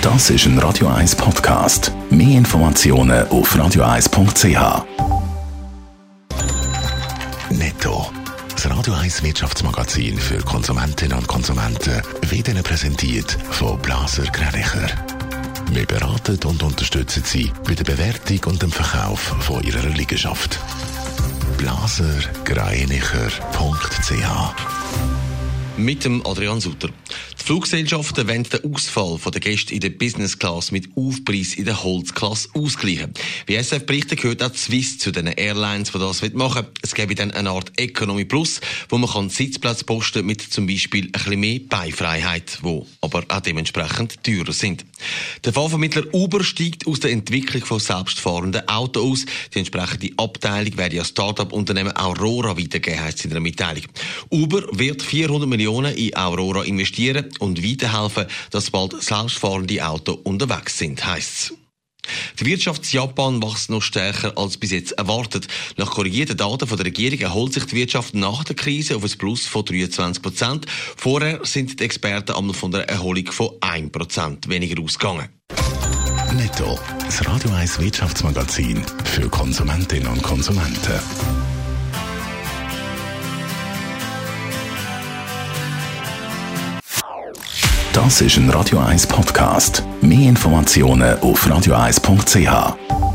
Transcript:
Das ist ein Radio 1 Podcast. Mehr Informationen auf radio1.ch. Netto. Das Radio 1 Wirtschaftsmagazin für Konsumentinnen und Konsumenten wird Ihnen präsentiert von Blaser Greinicher. Wir beraten und unterstützen Sie bei der Bewertung und dem Verkauf von Ihrer Liegenschaft. blasergreinicher.ch. Mit dem Adrian Sutter. Die Fluggesellschaften wollen den Ausfall der Gäste in der Business Class mit Aufpreis in der Holzklasse ausgleichen. Wie SF berichtet, gehört auch die Swiss zu den Airlines, die das machen wollen. Es gäbe dann eine Art Economy Plus, wo man Sitzplätze posten mit zum Beispiel ein bisschen mehr Beifreiheit, die aber auch dementsprechend teurer sind. Der Fahrvermittler Uber steigt aus der Entwicklung von selbstfahrenden Autos aus. Die entsprechende Abteilung werde ja Start-up-Unternehmen Aurora weitergeben, heisst es in der Mitteilung. Uber wird 400 Millionen in Aurora investieren und weiterhelfen, dass bald selbstfahrende Autos unterwegs sind, heisst es. Die Wirtschaft Japan wächst noch stärker als bis jetzt erwartet. Nach korrigierten Daten von der Regierung erholt sich die Wirtschaft nach der Krise auf ein Plus von 23%. Vorher sind die Experten einmal von der Erholung von 1% weniger ausgegangen. Netto. Das Radio 1 Wirtschaftsmagazin für Konsumentinnen und Konsumenten. Das ist ein Radio 1 Podcast. Mehr Informationen auf radio1.ch.